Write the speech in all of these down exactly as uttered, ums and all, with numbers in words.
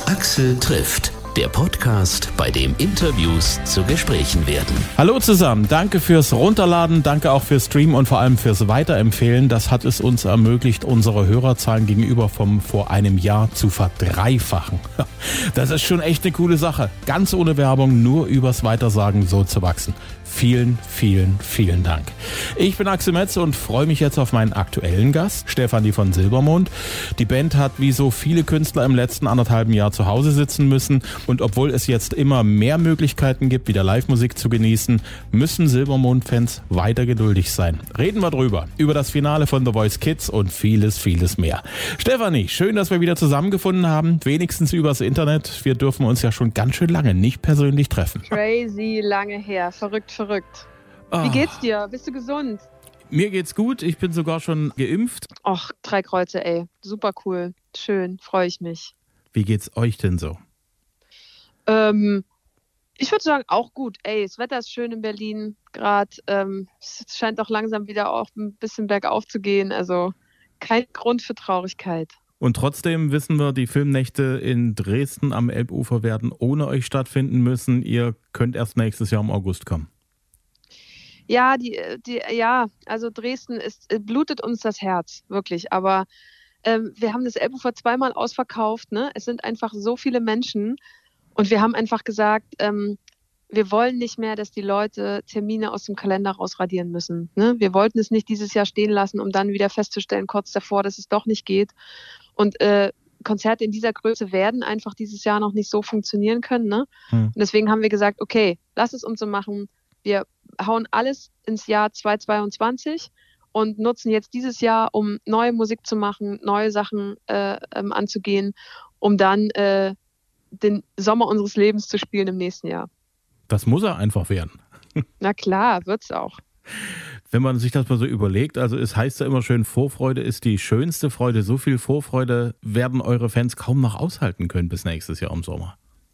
Axel trifft, der Podcast, bei dem Interviews zu Gesprächen werden. Hallo zusammen, danke fürs Runterladen, danke auch fürs Streamen und vor allem fürs Weiterempfehlen. Das hat es uns ermöglicht, unsere Hörerzahlen gegenüber vom vor einem Jahr zu verdreifachen. Das ist schon echt eine coole Sache. Ganz ohne Werbung, nur übers Weitersagen so zu wachsen. Vielen, vielen, vielen Dank. Ich bin Axel Metz und freue mich jetzt auf meinen aktuellen Gast, Stefanie von Silbermond. Die Band hat wie so viele Künstler im letzten anderthalben Jahr zu Hause sitzen müssen. Und obwohl es jetzt immer mehr Möglichkeiten gibt, wieder Live-Musik zu genießen, müssen Silbermond-Fans weiter geduldig sein. Reden wir drüber, über das Finale von The Voice Kids und vieles, vieles mehr. Stefanie, schön, dass wir wieder zusammengefunden haben, wenigstens übers Internet. Wir dürfen uns ja schon ganz schön lange nicht persönlich treffen. Crazy lange her, verrückt, verrückt. Oh. Wie geht's dir? Bist du gesund? Mir geht's gut, ich bin sogar schon geimpft. Och, drei Kreuze, ey. Super cool, schön, freue ich mich. Wie geht's euch denn so? Ähm, ich würde sagen, auch gut. Ey, das Wetter ist schön in Berlin gerade. Ähm, es scheint auch langsam wieder auch ein bisschen bergauf zu gehen. Also kein Grund für Traurigkeit. Und trotzdem wissen wir, die Filmnächte in Dresden am Elbufer werden ohne euch stattfinden müssen. Ihr könnt erst nächstes Jahr im August kommen. Ja, die, die, ja, also Dresden ist, blutet uns das Herz, wirklich. Aber ähm, wir haben das Elbufer zweimal ausverkauft. Ne? Es sind einfach so viele Menschen. Und wir haben einfach gesagt, ähm, wir wollen nicht mehr, dass die Leute Termine aus dem Kalender rausradieren müssen. Ne? Wir wollten es nicht dieses Jahr stehen lassen, um dann wieder festzustellen, kurz davor, dass es doch nicht geht. Und äh, Konzerte in dieser Größe werden einfach dieses Jahr noch nicht so funktionieren können. Ne? Hm. Und deswegen haben wir gesagt, okay, lass es uns so machen. Wir hauen alles ins Jahr zweitausendzweiundzwanzig und nutzen jetzt dieses Jahr, um neue Musik zu machen, neue Sachen äh, ähm, anzugehen, um dann äh, den Sommer unseres Lebens zu spielen im nächsten Jahr. Das muss er einfach werden. Na klar, wird's auch. Wenn man sich das mal so überlegt, also es heißt ja immer schön, Vorfreude ist die schönste Freude. So viel Vorfreude werden eure Fans kaum noch aushalten können bis nächstes Jahr im Sommer.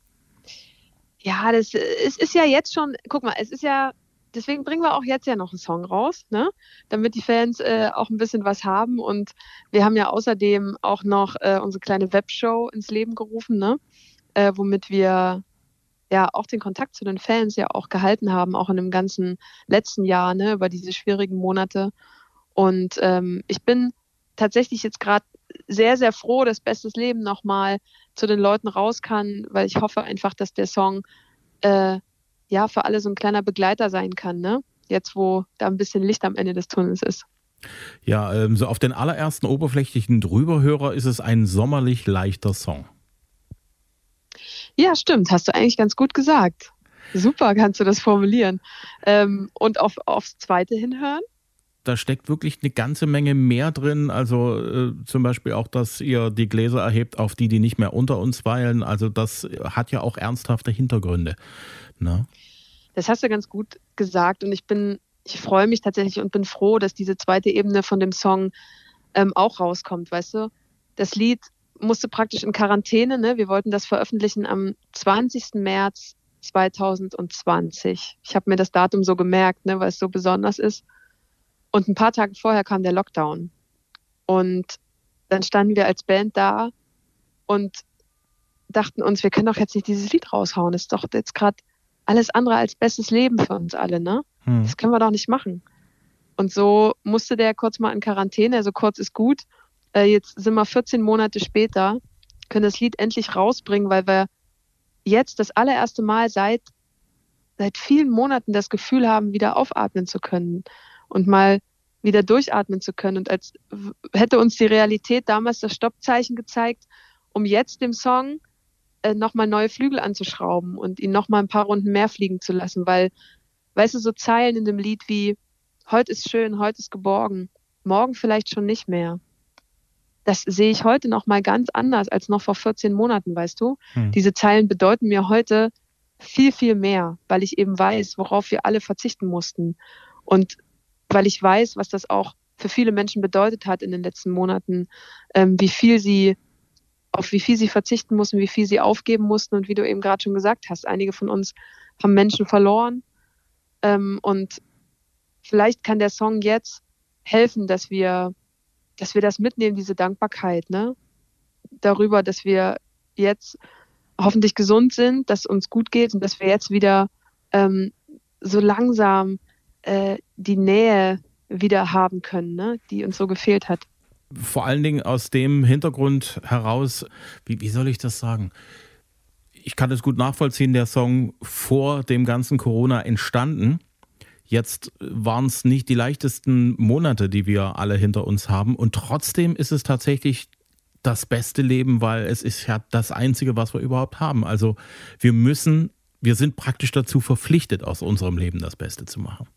Ja, das es ist ja jetzt schon, guck mal, es ist ja, deswegen bringen wir auch jetzt ja noch einen Song raus, ne? Damit die Fans äh, auch ein bisschen was haben. Und wir haben ja außerdem auch noch äh, unsere kleine Webshow ins Leben gerufen, ne? Äh, womit wir ja auch den Kontakt zu den Fans ja auch gehalten haben, auch in dem ganzen letzten Jahr, ne, über diese schwierigen Monate. Und ähm, ich bin tatsächlich jetzt gerade sehr, sehr froh, dass Bestes Leben nochmal zu den Leuten raus kann, weil ich hoffe einfach, dass der Song äh, ja für alle so ein kleiner Begleiter sein kann, ne? Jetzt, wo da ein bisschen Licht am Ende des Tunnels ist. Ja, ähm, so auf den allerersten oberflächlichen Drüberhörer ist es ein sommerlich leichter Song. Ja, stimmt, hast du eigentlich ganz gut gesagt. Super, kannst du das formulieren. Ähm, und auf, aufs Zweite hinhören? Da steckt wirklich eine ganze Menge mehr drin. Also äh, zum Beispiel auch, dass ihr die Gläser erhebt auf die, die nicht mehr unter uns weilen. Also das hat ja auch ernsthafte Hintergründe. Ne? Das hast du ganz gut gesagt. Und ich bin, ich freue mich tatsächlich und bin froh, dass diese zweite Ebene von dem Song ähm, auch rauskommt, weißt du? Das Lied musste praktisch in Quarantäne, ne? Wir wollten das veröffentlichen am zwanzigsten März zweitausendzwanzig. Ich habe mir das Datum so gemerkt, ne, weil es so besonders ist. Und ein paar Tage vorher kam der Lockdown. Und dann standen wir als Band da und dachten uns, wir können doch jetzt nicht dieses Lied raushauen. Das ist doch jetzt gerade alles andere als bestes Leben für uns alle, ne? Hm. Das können wir doch nicht machen. Und so musste der kurz mal in Quarantäne, also kurz ist gut. Jetzt sind wir vierzehn Monate später, können das Lied endlich rausbringen, weil wir jetzt das allererste Mal seit, seit vielen Monaten das Gefühl haben, wieder aufatmen zu können und mal wieder durchatmen zu können. Und als hätte uns die Realität damals das Stoppzeichen gezeigt, um jetzt dem Song äh, nochmal neue Flügel anzuschrauben und ihn nochmal ein paar Runden mehr fliegen zu lassen. Weil, weißt du, so Zeilen in dem Lied wie, heute ist schön, heute ist geborgen, morgen vielleicht schon nicht mehr. Das sehe ich heute noch mal ganz anders als noch vor vierzehn Monaten, weißt du? Hm. Diese Zeilen bedeuten mir heute viel, viel mehr, weil ich eben weiß, worauf wir alle verzichten mussten. Und weil ich weiß, was das auch für viele Menschen bedeutet hat in den letzten Monaten, ähm, wie viel sie, auf wie viel sie verzichten mussten, wie viel sie aufgeben mussten. Und wie du eben gerade schon gesagt hast, einige von uns haben Menschen verloren. Ähm, und vielleicht kann der Song jetzt helfen, dass wir dass wir das mitnehmen, diese Dankbarkeit, ne? Darüber, dass wir jetzt hoffentlich gesund sind, dass es uns gut geht und dass wir jetzt wieder ähm, so langsam äh, die Nähe wieder haben können, ne, die uns so gefehlt hat. Vor allen Dingen aus dem Hintergrund heraus, wie, wie soll ich das sagen? Ich kann es gut nachvollziehen, der Song vor dem ganzen Corona entstanden. Jetzt waren es nicht die leichtesten Monate, die wir alle hinter uns haben. Und trotzdem ist es tatsächlich das beste Leben, weil es ist ja das Einzige, was wir überhaupt haben. Also wir müssen, wir sind praktisch dazu verpflichtet, aus unserem Leben das Beste zu machen.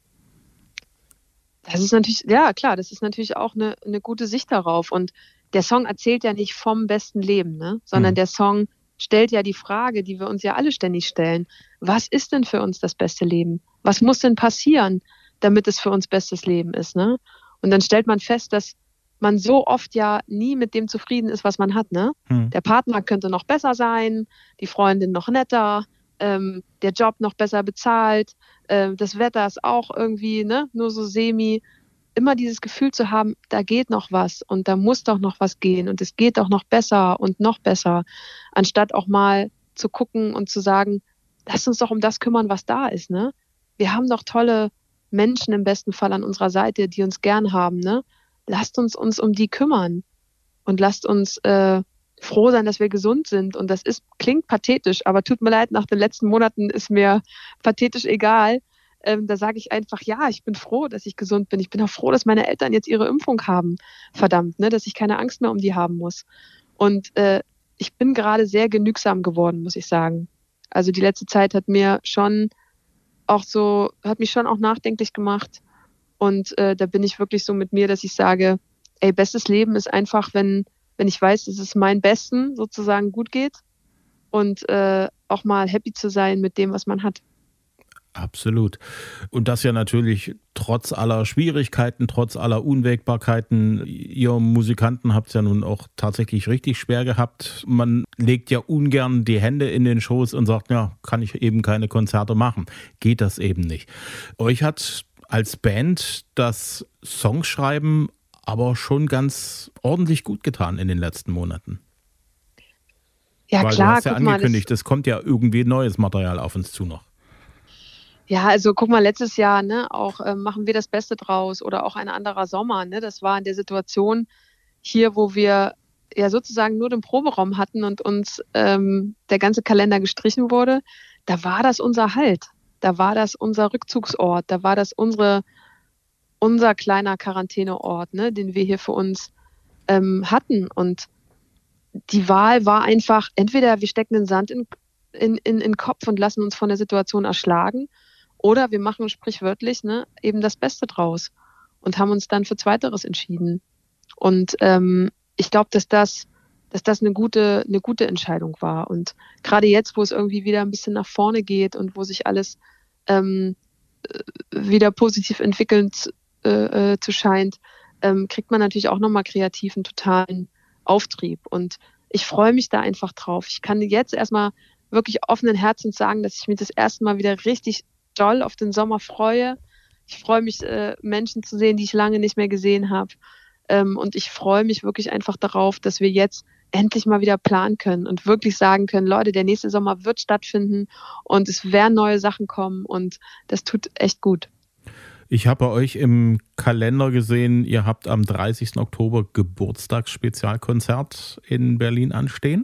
Das ist natürlich, ja klar, das ist natürlich auch eine, eine gute Sicht darauf. Und der Song erzählt ja nicht vom besten Leben, ne? Sondern mhm. der Song stellt ja die Frage, die wir uns ja alle ständig stellen. Was ist denn für uns das beste Leben? Was muss denn passieren, damit es für uns bestes Leben ist, ne? Und dann stellt man fest, dass man so oft ja nie mit dem zufrieden ist, was man hat, ne? Hm. Der Partner könnte noch besser sein, die Freundin noch netter, ähm, der Job noch besser bezahlt, äh, das Wetter ist auch irgendwie, ne, nur so semi. Immer dieses Gefühl zu haben, da geht noch was und da muss doch noch was gehen und es geht doch noch besser und noch besser, anstatt auch mal zu gucken und zu sagen, lass uns doch um das kümmern, was da ist, ne? Wir haben doch tolle Menschen im besten Fall an unserer Seite, die uns gern haben, ne? Lasst uns uns um die kümmern und lasst uns äh, froh sein, dass wir gesund sind. Und das ist, klingt pathetisch, aber tut mir leid, nach den letzten Monaten ist mir pathetisch egal. Ähm, da sage ich einfach, ja, ich bin froh, dass ich gesund bin. Ich bin auch froh, dass meine Eltern jetzt ihre Impfung haben. Verdammt, ne, dass ich keine Angst mehr um die haben muss. Und äh, ich bin gerade sehr genügsam geworden, muss ich sagen. Also die letzte Zeit hat mir schon auch so, hat mich schon auch nachdenklich gemacht. Und äh, da bin ich wirklich so mit mir, dass ich sage, ey, bestes Leben ist einfach, wenn, wenn ich weiß, dass es meinem Besten sozusagen gut geht und äh, auch mal happy zu sein mit dem, was man hat. Absolut. Und das ja natürlich trotz aller Schwierigkeiten, trotz aller Unwägbarkeiten. Ihr Musikanten habt es ja nun auch tatsächlich richtig schwer gehabt. Man legt ja ungern die Hände in den Schoß und sagt, ja, kann ich eben keine Konzerte machen. Geht das eben nicht. Euch hat als Band das Songschreiben aber schon ganz ordentlich gut getan in den letzten Monaten. Ja, Weil klar. Du hast ja angekündigt, es kommt ja irgendwie neues Material auf uns zu noch. Ja, also guck mal, letztes Jahr, ne, auch äh, machen wir das Beste draus oder auch ein anderer Sommer, ne, das war in der Situation hier, wo wir ja sozusagen nur den Proberaum hatten und uns ähm, der ganze Kalender gestrichen wurde, da war das unser Halt, da war das unser Rückzugsort, da war das unsere, unser kleiner Quarantäneort, ne, den wir hier für uns ähm, hatten und die Wahl war einfach, entweder wir stecken den Sand in, in, in, in den Kopf und lassen uns von der Situation erschlagen, oder wir machen sprichwörtlich ne, eben das Beste draus und haben uns dann für Zweiteres entschieden. Und ähm, ich glaube, dass das, dass das eine gute, eine gute Entscheidung war. Und gerade jetzt, wo es irgendwie wieder ein bisschen nach vorne geht und wo sich alles ähm, wieder positiv entwickelnd äh, zu scheint, ähm, kriegt man natürlich auch nochmal kreativ einen totalen Auftrieb. Und ich freue mich da einfach drauf. Ich kann jetzt erstmal wirklich offenen Herzens sagen, dass ich mich das erste Mal wieder richtig doll auf den Sommer freue. Ich freue mich, äh, Menschen zu sehen, die ich lange nicht mehr gesehen habe. Ähm, und ich freue mich wirklich einfach darauf, dass wir jetzt endlich mal wieder planen können und wirklich sagen können, Leute, der nächste Sommer wird stattfinden und es werden neue Sachen kommen und das tut echt gut. Ich habe bei euch im Kalender gesehen, ihr habt am dreißigsten Oktober Geburtstagsspezialkonzert in Berlin anstehen.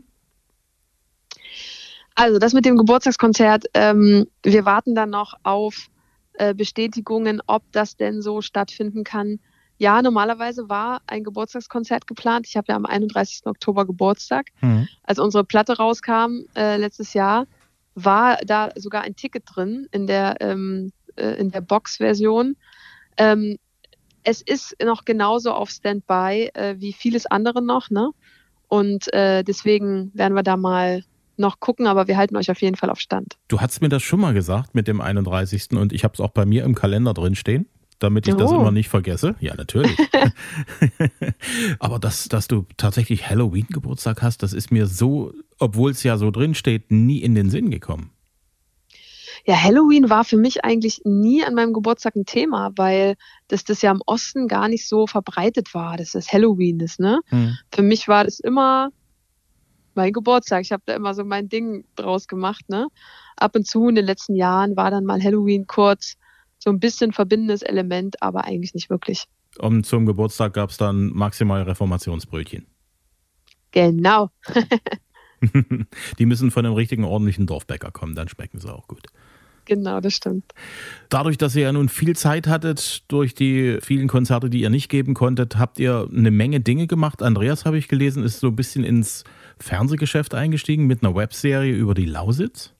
Also das mit dem Geburtstagskonzert, ähm, wir warten dann noch auf äh, Bestätigungen, ob das denn so stattfinden kann. Ja, normalerweise war ein Geburtstagskonzert geplant. Ich habe ja am einunddreißigsten Oktober Geburtstag. Mhm. Als unsere Platte rauskam äh, letztes Jahr, war da sogar ein Ticket drin in der, ähm, äh, in der Box-Version. Ähm, es ist noch genauso auf Standby äh, wie vieles andere noch, ne? Und äh, deswegen werden wir da mal noch gucken, aber wir halten euch auf jeden Fall auf Stand. Du hast mir das schon mal gesagt mit dem einunddreißigsten und ich habe es auch bei mir im Kalender drin stehen, damit ich oh. das immer nicht vergesse. Ja, natürlich. Aber dass, dass du tatsächlich Halloween-Geburtstag hast, das ist mir so, obwohl es ja so drin steht, nie in den Sinn gekommen. Ja, Halloween war für mich eigentlich nie an meinem Geburtstag ein Thema, weil das, das ja im Osten gar nicht so verbreitet war, dass das Halloween ist, ne? Hm. Für mich war das immer mein Geburtstag. Ich habe da immer so mein Ding draus gemacht, ne? Ab und zu in den letzten Jahren war dann mal Halloween kurz so ein bisschen verbindendes Element, aber eigentlich nicht wirklich. Und zum Geburtstag gab es dann maximal Reformationsbrötchen. Genau. Die müssen von einem richtigen, ordentlichen Dorfbäcker kommen, dann schmecken sie auch gut. Genau, das stimmt. Dadurch, dass ihr ja nun viel Zeit hattet, durch die vielen Konzerte, die ihr nicht geben konntet, habt ihr eine Menge Dinge gemacht. Andreas, habe ich gelesen, ist so ein bisschen ins Fernsehgeschäft eingestiegen mit einer Webserie über die Lausitz.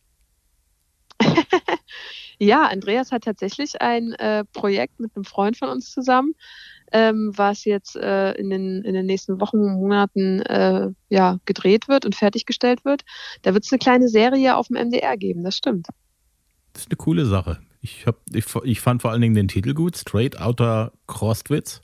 Ja, Andreas hat tatsächlich ein äh, Projekt mit einem Freund von uns zusammen, ähm, was jetzt äh, in, den, in den nächsten Wochen, Monaten äh, ja, gedreht wird und fertiggestellt wird. Da wird es eine kleine Serie auf dem M D R geben, das stimmt. Das ist eine coole Sache. Ich, hab, ich, ich fand vor allen Dingen den Titel gut, Straight Outta Crostwitz.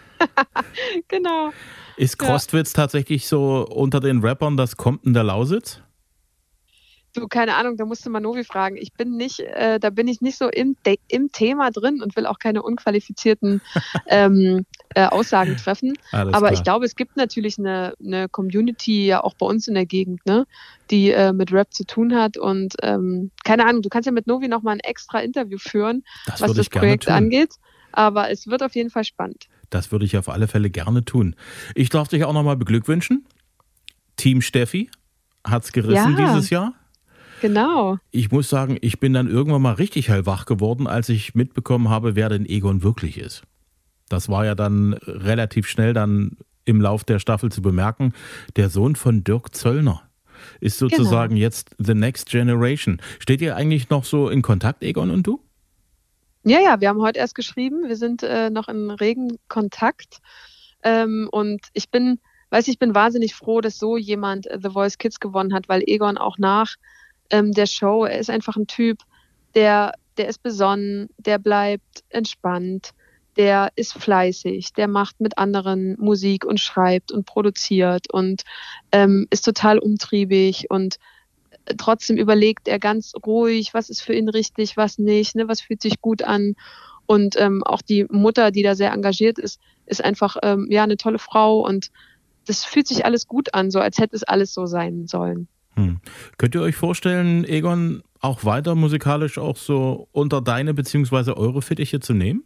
Genau. Ist Crostwitz ja tatsächlich so unter den Rappern das Kommt in der Lausitz? Du, keine Ahnung, da musst du mal Novi fragen. Ich bin nicht, äh, da bin ich nicht so im, De- im Thema drin und will auch keine unqualifizierten ähm, äh, Aussagen treffen. Alles Aber klar. ich glaube, es gibt natürlich eine, eine Community ja auch bei uns in der Gegend, ne, die äh, mit Rap zu tun hat. Und ähm, keine Ahnung, du kannst ja mit Novi nochmal ein extra Interview führen, Das was würde das ich gerne Projekt tun. angeht. Aber es wird auf jeden Fall spannend. Das würde ich auf alle Fälle gerne tun. Ich darf dich auch nochmal beglückwünschen. Team Steffi hat's gerissen Ja. dieses Jahr. Genau. Ich muss sagen, ich bin dann irgendwann mal richtig hellwach geworden, als ich mitbekommen habe, wer denn Egon wirklich ist. Das war ja dann relativ schnell dann im Lauf der Staffel zu bemerken. Der Sohn von Dirk Zöllner ist sozusagen Genau. jetzt the next generation. Steht ihr eigentlich noch so in Kontakt, Egon und du? Ja, ja, wir haben heute erst geschrieben. Wir sind äh, noch in regen Kontakt. Ähm, und ich bin, weiß ich bin wahnsinnig froh, dass so jemand äh, The Voice Kids gewonnen hat, weil Egon auch nach ähm, der Show, er ist einfach ein Typ, der, der ist besonnen, der bleibt entspannt, der ist fleißig, der macht mit anderen Musik und schreibt und produziert und ähm, ist total umtriebig und trotzdem überlegt er ganz ruhig, was ist für ihn richtig, was nicht, ne, was fühlt sich gut an. Und ähm, auch die Mutter, die da sehr engagiert ist, ist einfach ähm, ja eine tolle Frau und das fühlt sich alles gut an, so als hätte es alles so sein sollen. Hm. Könnt ihr euch vorstellen, Egon auch weiter musikalisch auch so unter deine bzw. eure Fittiche zu nehmen?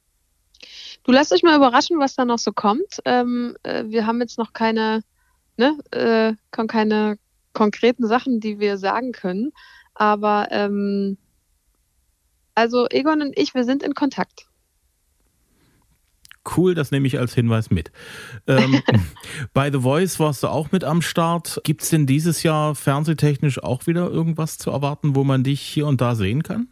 Du lasst euch mal überraschen, was da noch so kommt. Ähm, äh, wir haben jetzt noch keine, ne, äh, keine konkreten Sachen, die wir sagen können. Aber ähm, also Egon und ich, wir sind in Kontakt. Cool, das nehme ich als Hinweis mit. Ähm, bei The Voice warst du auch mit am Start. Gibt es denn dieses Jahr fernsehtechnisch auch wieder irgendwas zu erwarten, wo man dich hier und da sehen kann?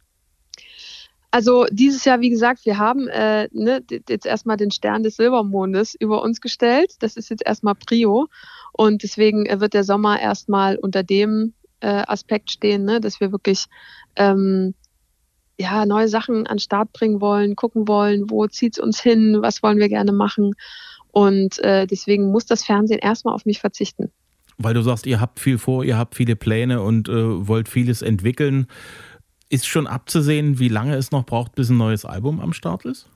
Also dieses Jahr, wie gesagt, wir haben äh, ne, jetzt erstmal den Stern des Silbermondes über uns gestellt. Das ist jetzt erstmal Prio. Und deswegen wird der Sommer erstmal unter dem äh, Aspekt stehen, ne, dass wir wirklich ähm, ja, neue Sachen an den Start bringen wollen, gucken wollen, wo zieht es uns hin, was wollen wir gerne machen. Und äh, deswegen muss das Fernsehen erstmal auf mich verzichten. Weil du sagst, ihr habt viel vor, ihr habt viele Pläne und äh, wollt vieles entwickeln. Ist schon abzusehen, wie lange es noch braucht, bis ein neues Album am Start ist?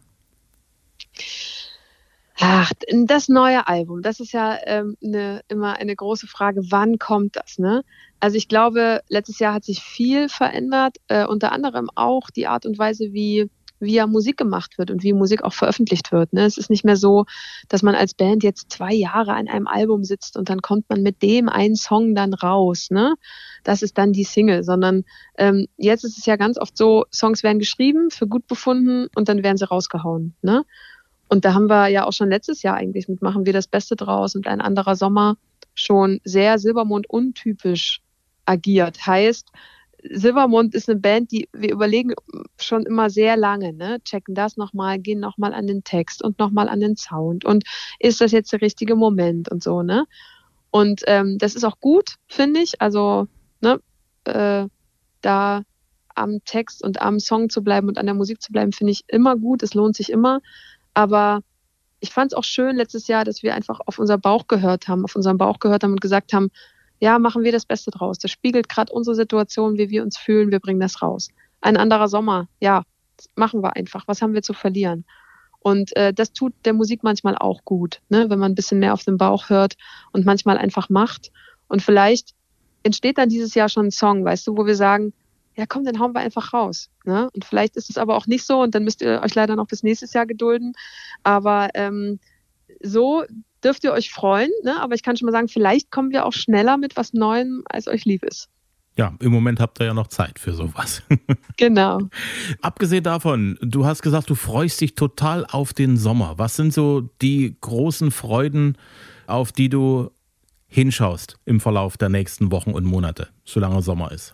Ach, das neue Album, das ist ja ähm, ne, immer eine große Frage, wann kommt das, ne? Also ich glaube, letztes Jahr hat sich viel verändert, äh, unter anderem auch die Art und Weise, wie, wie ja Musik gemacht wird und wie Musik auch veröffentlicht wird, ne? Es ist nicht mehr so, dass man als Band jetzt zwei Jahre an einem Album sitzt und dann kommt man mit dem einen Song dann raus, ne? Das ist dann die Single, sondern ähm, jetzt ist es ja ganz oft so, Songs werden geschrieben, für gut befunden und dann werden sie rausgehauen, ne? Und da haben wir ja auch schon letztes Jahr eigentlich mit Machen wir das Beste draus und Ein anderer Sommer schon sehr Silbermond untypisch agiert. Heißt, Silbermond ist eine Band, die wir überlegen schon immer sehr lange, ne? Checken das nochmal, gehen nochmal an den Text und nochmal an den Sound und ist das jetzt der richtige Moment und so, ne? Und ähm, das ist auch gut, finde ich. Also, ne, äh, da am Text und am Song zu bleiben und an der Musik zu bleiben, finde ich immer gut. Es lohnt sich immer. Aber ich fand es auch schön letztes Jahr, dass wir einfach auf unser Bauch gehört haben, auf unseren Bauch gehört haben und gesagt haben, ja, machen wir das Beste draus. Das spiegelt gerade unsere Situation, wie wir uns fühlen, wir bringen das raus. Ein anderer Sommer, ja, machen wir einfach. Was haben wir zu verlieren? Und äh, das tut der Musik manchmal auch gut, ne? Wenn man ein bisschen mehr auf den Bauch hört und manchmal einfach macht. Und vielleicht entsteht dann dieses Jahr schon ein Song, weißt du, wo wir sagen, ja komm, dann hauen wir einfach raus. Ne? Und vielleicht ist es aber auch nicht so und dann müsst ihr euch leider noch bis nächstes Jahr gedulden. Aber ähm, so dürft ihr euch freuen. Ne? Aber ich kann schon mal sagen, vielleicht kommen wir auch schneller mit was Neuem, als euch lieb ist. Ja, im Moment habt ihr ja noch Zeit für sowas. Genau. Abgesehen davon, du hast gesagt, du freust dich total auf den Sommer. Was sind so die großen Freuden, auf die du hinschaust im Verlauf der nächsten Wochen und Monate, solange Sommer ist?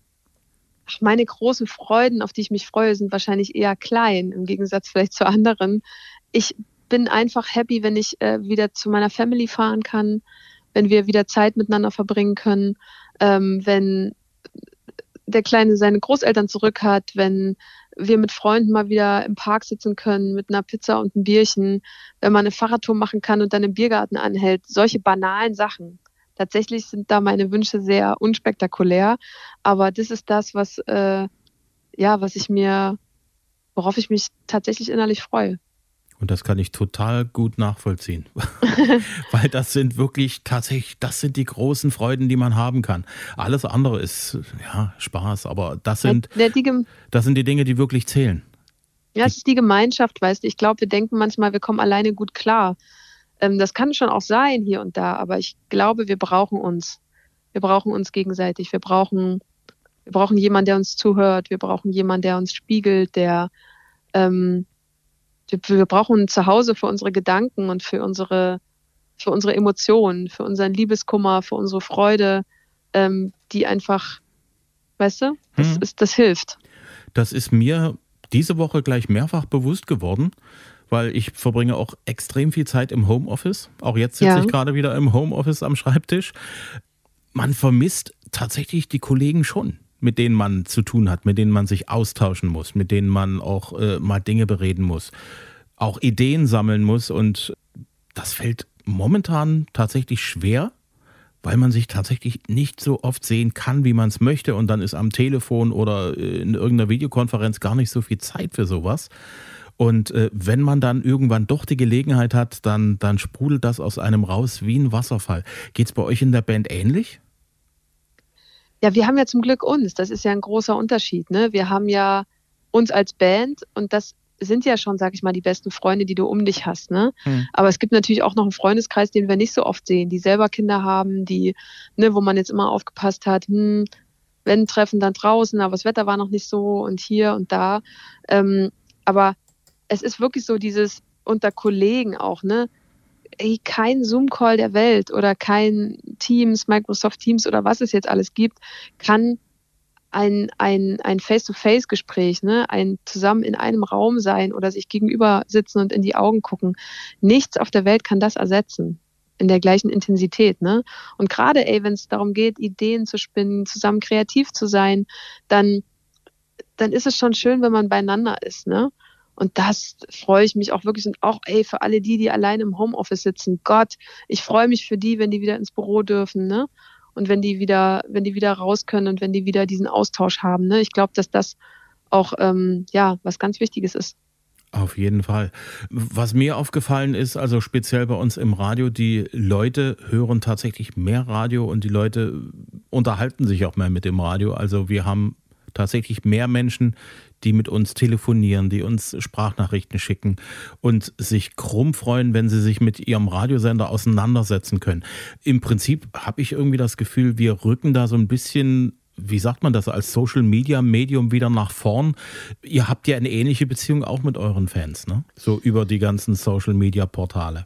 Ach, meine großen Freuden, auf die ich mich freue, sind wahrscheinlich eher klein, im Gegensatz vielleicht zu anderen. Ich bin einfach happy, wenn ich äh, wieder zu meiner Family fahren kann, wenn wir wieder Zeit miteinander verbringen können, ähm, wenn der Kleine seine Großeltern zurück hat, wenn wir mit Freunden mal wieder im Park sitzen können mit einer Pizza und einem Bierchen, wenn man eine Fahrradtour machen kann und dann im Biergarten anhält. Solche banalen Sachen. Tatsächlich sind da meine Wünsche sehr unspektakulär, aber das ist das, was, äh, ja, was ich mir, worauf ich mich tatsächlich innerlich freue. Und das kann ich total gut nachvollziehen, weil das sind wirklich tatsächlich, das sind die großen Freuden, die man haben kann. Alles andere ist, ja, Spaß, aber das sind, ja, die, das sind die Dinge, die wirklich zählen. Ja, es ist die Gemeinschaft, weißt du. Ich glaube, wir denken manchmal, wir kommen alleine gut klar. Das kann schon auch sein hier und da, aber ich glaube, wir brauchen uns. Wir brauchen uns gegenseitig. Wir brauchen, wir brauchen jemanden, der uns zuhört. Wir brauchen jemanden, der uns spiegelt, der, ähm, wir, wir brauchen ein Zuhause für unsere Gedanken und für unsere, für unsere Emotionen, für unseren Liebeskummer, für unsere Freude, ähm, die einfach, weißt du, das, hm. ist, das hilft. Das ist mir diese Woche gleich mehrfach bewusst geworden, weil ich verbringe auch extrem viel Zeit im Homeoffice. Auch jetzt sitze Ja. ich gerade wieder im Homeoffice am Schreibtisch. Man vermisst tatsächlich die Kollegen schon, mit denen man zu tun hat, mit denen man sich austauschen muss, mit denen man auch äh, mal Dinge bereden muss, auch Ideen sammeln muss. Und das fällt momentan tatsächlich schwer, weil man sich tatsächlich nicht so oft sehen kann, wie man es möchte. Und dann ist am Telefon oder in irgendeiner Videokonferenz gar nicht so viel Zeit für sowas. Und äh, wenn man dann irgendwann doch die Gelegenheit hat, dann, dann sprudelt das aus einem raus wie ein Wasserfall. Geht's bei euch in der Band ähnlich? Ja, wir haben ja zum Glück uns. Das ist ja ein großer Unterschied. Ne? Wir haben ja uns als Band und das sind ja schon, sag ich mal, die besten Freunde, die du um dich hast. Ne? Hm. Aber es gibt natürlich auch noch einen Freundeskreis, den wir nicht so oft sehen, die selber Kinder haben, die, ne, wo man jetzt immer aufgepasst hat, hm, wenn Treffen dann draußen, aber das Wetter war noch nicht so und hier und da. Ähm, aber es ist wirklich so dieses unter Kollegen auch, ne? Ey, kein Zoom-Call der Welt oder kein Teams, Microsoft Teams oder was es jetzt alles gibt, kann ein, ein, ein Face-to-Face-Gespräch, ne, ein zusammen in einem Raum sein oder sich gegenüber sitzen und in die Augen gucken. Nichts auf der Welt kann das ersetzen in der gleichen Intensität, ne? Und gerade, ey, wenn es darum geht, Ideen zu spinnen, zusammen kreativ zu sein, dann, dann ist es schon schön, wenn man beieinander ist, ne? Und das freue ich mich auch wirklich und auch, ey, für alle die, die alleine im Homeoffice sitzen. Gott, ich freue mich für die, wenn die wieder ins Büro dürfen, ne? Und wenn die wieder, wenn die wieder raus können und wenn die wieder diesen Austausch haben, ne? Ich glaube, dass das auch, ähm, ja, was ganz Wichtiges ist. Auf jeden Fall. Was mir aufgefallen ist, also speziell bei uns im Radio, die Leute hören tatsächlich mehr Radio und die Leute unterhalten sich auch mehr mit dem Radio. Also wir haben tatsächlich mehr Menschen, die mit uns telefonieren, die uns Sprachnachrichten schicken und sich krumm freuen, wenn sie sich mit ihrem Radiosender auseinandersetzen können. Im Prinzip habe ich irgendwie das Gefühl, wir rücken da so ein bisschen, wie sagt man das, als Social-Media-Medium wieder nach vorn. Ihr habt ja eine ähnliche Beziehung auch mit euren Fans, ne? So über die ganzen Social-Media-Portale.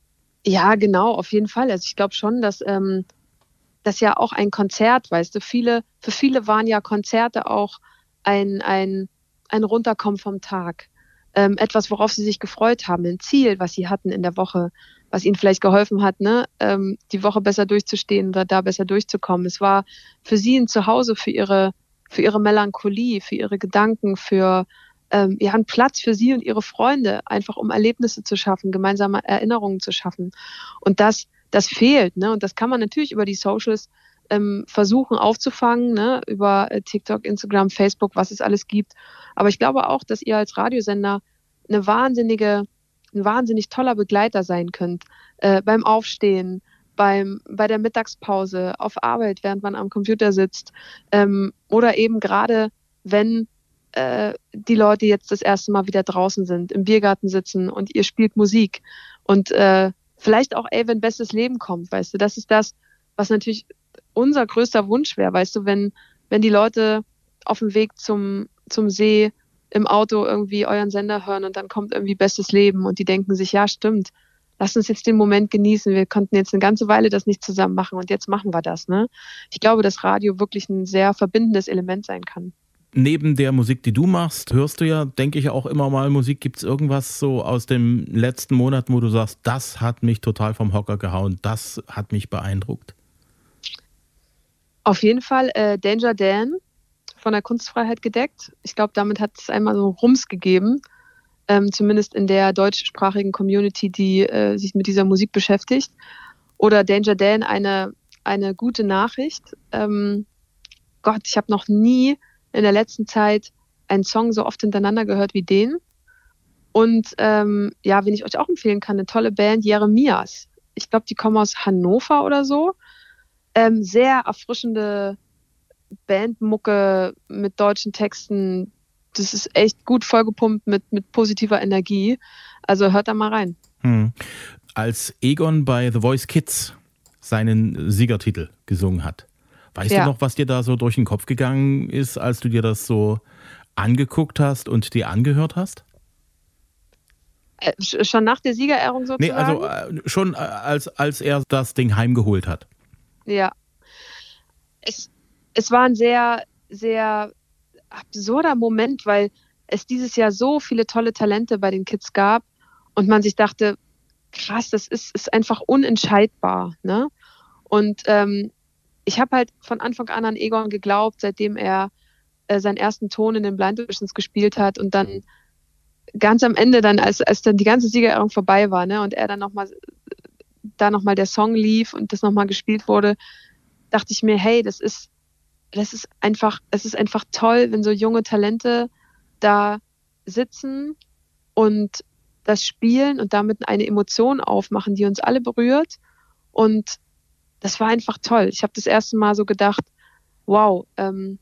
Ja, genau, auf jeden Fall. Also ich glaube schon, dass ähm, das ja auch ein Konzert, weißt du, viele, für viele waren ja Konzerte auch ein, ein, ein Runterkommen vom Tag. Ähm, etwas, worauf sie sich gefreut haben, ein Ziel, was sie hatten in der Woche, was ihnen vielleicht geholfen hat, ne, ähm, die Woche besser durchzustehen oder da besser durchzukommen. Es war für sie ein Zuhause, für ihre, für ihre Melancholie, für ihre Gedanken, für ähm, ja, einen Platz für sie und ihre Freunde, einfach um Erlebnisse zu schaffen, gemeinsame Erinnerungen zu schaffen. Und das, das fehlt, ne? Und das kann man natürlich über die Socials ähm, versuchen aufzufangen, ne? Über äh, TikTok, Instagram, Facebook, was es alles gibt. Aber ich glaube auch, dass ihr als Radiosender eine wahnsinnige, ein wahnsinnig toller Begleiter sein könnt, äh, beim Aufstehen, beim, bei der Mittagspause, auf Arbeit, während man am Computer sitzt, ähm, oder eben gerade, wenn äh, die Leute jetzt das erste Mal wieder draußen sind, im Biergarten sitzen und ihr spielt Musik und äh, vielleicht auch, ey, wenn bestes Leben kommt, weißt du, das ist das, was natürlich unser größter Wunsch wäre, weißt du, wenn, wenn die Leute auf dem Weg zum, zum See im Auto irgendwie euren Sender hören und dann kommt irgendwie bestes Leben und die denken sich, ja, stimmt, lass uns jetzt den Moment genießen, wir konnten jetzt eine ganze Weile das nicht zusammen machen und jetzt machen wir das, ne? Ich glaube, dass Radio wirklich ein sehr verbindendes Element sein kann. Neben der Musik, die du machst, hörst du ja, denke ich, auch immer mal Musik. Gibt es irgendwas so aus dem letzten Monat, wo du sagst, das hat mich total vom Hocker gehauen, das hat mich beeindruckt? Auf jeden Fall äh, Danger Dan von der Kunstfreiheit gedeckt. Ich glaube, damit hat es einmal so Rums gegeben, ähm, zumindest in der deutschsprachigen Community, die äh, sich mit dieser Musik beschäftigt. Oder Danger Dan, eine, eine gute Nachricht. Ähm, Gott, ich habe noch nie in der letzten Zeit einen Song so oft hintereinander gehört wie den. Und ähm, ja, wen ich euch auch empfehlen kann, eine tolle Band, Jeremias. Ich glaube, die kommen aus Hannover oder so. Ähm, sehr erfrischende Bandmucke mit deutschen Texten. Das ist echt gut vollgepumpt mit, mit positiver Energie. Also hört da mal rein. Hm. Als Egon bei The Voice Kids seinen Siegertitel gesungen hat, weißt ja. du noch, was dir da so durch den Kopf gegangen ist, als du dir das so angeguckt hast und dir angehört hast? Äh, schon nach der Siegerehrung sozusagen? Nee, also äh, schon äh, als, als er das Ding heimgeholt hat. Ja. Es, es war ein sehr, sehr absurder Moment, weil es dieses Jahr so viele tolle Talente bei den Kids gab und man sich dachte, krass, das ist, ist einfach unentscheidbar, ne? Und ähm, ich habe halt von Anfang an an Egon geglaubt, seitdem er äh, seinen ersten Ton in den Blind Auditions gespielt hat und dann ganz am Ende dann, als, als dann die ganze Siegerehrung vorbei war, ne, und er dann nochmal, da nochmal der Song lief und das nochmal gespielt wurde, dachte ich mir, hey, das ist, das ist einfach, es ist einfach toll, wenn so junge Talente da sitzen und das spielen und damit eine Emotion aufmachen, die uns alle berührt. Und das war einfach toll. Ich habe das erste Mal so gedacht, wow, ähm,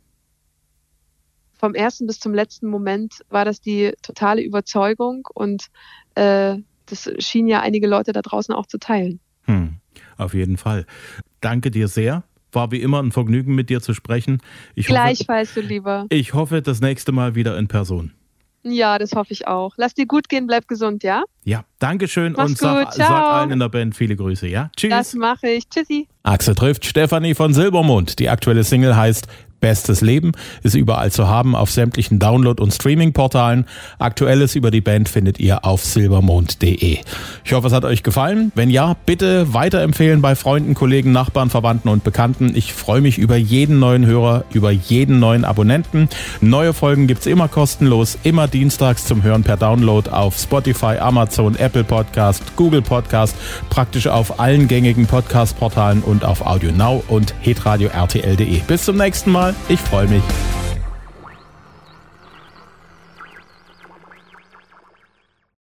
vom ersten bis zum letzten Moment war das die totale Überzeugung und äh, das schien ja einige Leute da draußen auch zu teilen. Hm, auf jeden Fall. Danke dir sehr. War wie immer ein Vergnügen, mit dir zu sprechen. Ich Gleichfalls, hoffe, du Lieber. Ich hoffe, das nächste Mal wieder in Person. Ja, das hoffe ich auch. Lass dir gut gehen, bleib gesund, ja? Ja, danke schön Mach's und sag, sag allen in der Band viele Grüße, ja? Tschüss. Das mache ich. Tschüssi. Axel trifft Stefanie von Silbermond. Die aktuelle Single heißt Bestes Leben, ist überall zu haben auf sämtlichen Download- und Streaming-Portalen. Aktuelles über die Band findet ihr auf silbermond punkt de. Ich hoffe, es hat euch gefallen. Wenn ja, bitte weiterempfehlen bei Freunden, Kollegen, Nachbarn, Verwandten und Bekannten. Ich freue mich über jeden neuen Hörer, über jeden neuen Abonnenten. Neue Folgen gibt's immer kostenlos, immer dienstags zum Hören per Download auf Spotify, Amazon, Apple Podcast, Google Podcast, praktisch auf allen gängigen Podcast-Portalen und auf Audio Now und hitradio R T L punkt de. Bis zum nächsten Mal. Ich freue mich.